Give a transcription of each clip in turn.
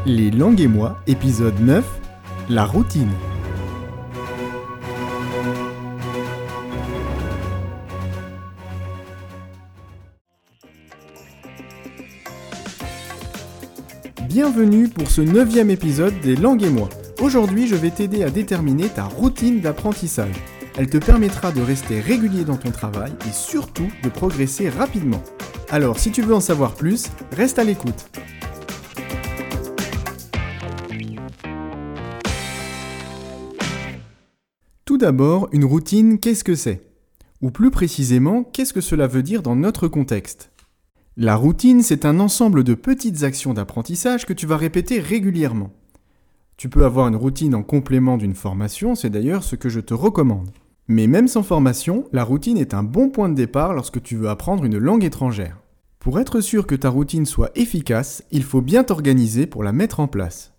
Les langues et moi, épisode 9, la routine. Bienvenue pour ce 9e épisode des langues et moi. Aujourd'hui, je vais t'aider à déterminer ta routine d'apprentissage. Elle te permettra de rester régulier dans ton travail et surtout de progresser rapidement. Alors, si tu veux en savoir plus, reste à l'écoute. Tout d'abord, une routine, qu'est-ce que c'est ? Ou plus précisément, qu'est-ce que cela veut dire dans notre contexte ? La routine, c'est un ensemble de petites actions d'apprentissage que tu vas répéter régulièrement. Tu peux avoir une routine en complément d'une formation, c'est d'ailleurs ce que je te recommande. Mais même sans formation, la routine est un bon point de départ lorsque tu veux apprendre une langue étrangère. Pour être sûr que ta routine soit efficace, il faut bien t'organiser pour la mettre en place.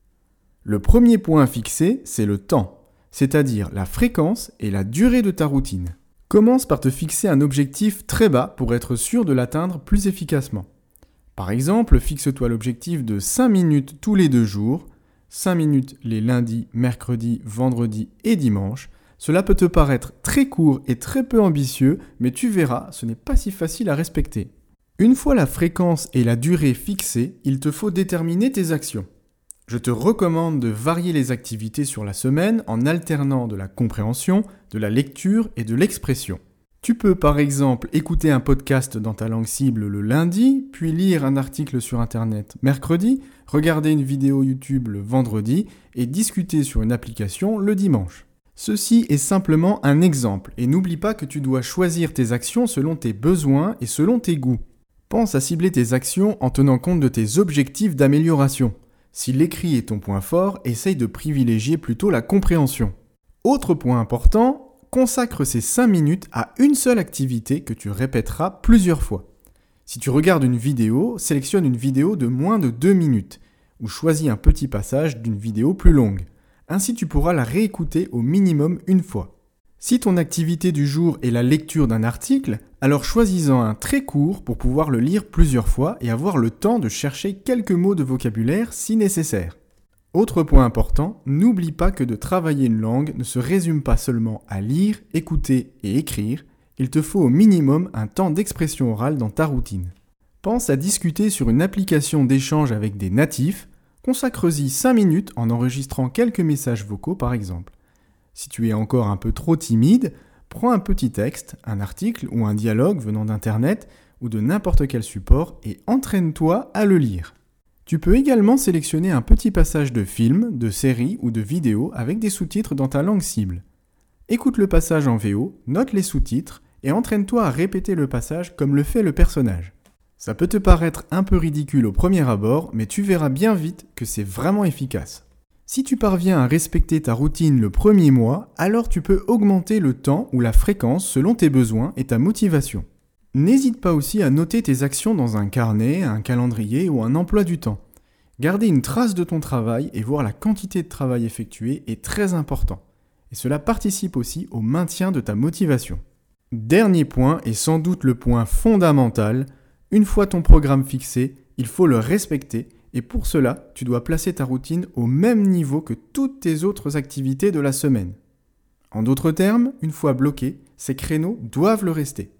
Le premier point à fixer, c'est le temps, c'est-à-dire la fréquence et la durée de ta routine. Commence par te fixer un objectif très bas pour être sûr de l'atteindre plus efficacement. Par exemple, fixe-toi l'objectif de 5 minutes tous les 2 jours, 5 minutes les lundis, mercredis, vendredis et dimanches. Cela peut te paraître très court et très peu ambitieux, mais tu verras, ce n'est pas si facile à respecter. Une fois la fréquence et la durée fixées, il te faut déterminer tes actions. Je te recommande de varier les activités sur la semaine en alternant de la compréhension, de la lecture et de l'expression. Tu peux par exemple écouter un podcast dans ta langue cible le lundi, puis lire un article sur internet mercredi, regarder une vidéo YouTube le vendredi et discuter sur une application le dimanche. Ceci est simplement un exemple et n'oublie pas que tu dois choisir tes actions selon tes besoins et selon tes goûts. Pense à cibler tes actions en tenant compte de tes objectifs d'amélioration. Si l'écrit est ton point fort, essaye de privilégier plutôt la compréhension. Autre point important, consacre ces 5 minutes à une seule activité que tu répéteras plusieurs fois. Si tu regardes une vidéo, sélectionne une vidéo de moins de 2 minutes ou choisis un petit passage d'une vidéo plus longue. Ainsi tu pourras la réécouter au minimum une fois. Si ton activité du jour est la lecture d'un article, alors choisis-en un très court pour pouvoir le lire plusieurs fois et avoir le temps de chercher quelques mots de vocabulaire si nécessaire. Autre point important, n'oublie pas que de travailler une langue ne se résume pas seulement à lire, écouter et écrire, il te faut au minimum un temps d'expression orale dans ta routine. Pense à discuter sur une application d'échange avec des natifs, consacre-y 5 minutes en enregistrant quelques messages vocaux par exemple. Si tu es encore un peu trop timide, prends un petit texte, un article ou un dialogue venant d'Internet ou de n'importe quel support et entraîne-toi à le lire. Tu peux également sélectionner un petit passage de film, de série ou de vidéo avec des sous-titres dans ta langue cible. Écoute le passage en VO, note les sous-titres et entraîne-toi à répéter le passage comme le fait le personnage. Ça peut te paraître un peu ridicule au premier abord, mais tu verras bien vite que c'est vraiment efficace. Si tu parviens à respecter ta routine le premier mois, alors tu peux augmenter le temps ou la fréquence selon tes besoins et ta motivation. N'hésite pas aussi à noter tes actions dans un carnet, un calendrier ou un emploi du temps. Garder une trace de ton travail et voir la quantité de travail effectué est très important. Et cela participe aussi au maintien de ta motivation. Dernier point et sans doute le point fondamental, une fois ton programme fixé, il faut le respecter. Et pour cela, tu dois placer ta routine au même niveau que toutes tes autres activités de la semaine. En d'autres termes, une fois bloqués, ces créneaux doivent le rester.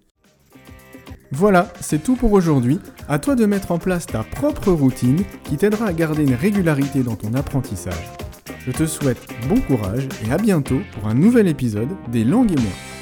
Voilà, c'est tout pour aujourd'hui. À toi de mettre en place ta propre routine qui t'aidera à garder une régularité dans ton apprentissage. Je te souhaite bon courage et à bientôt pour un nouvel épisode des langues et moi.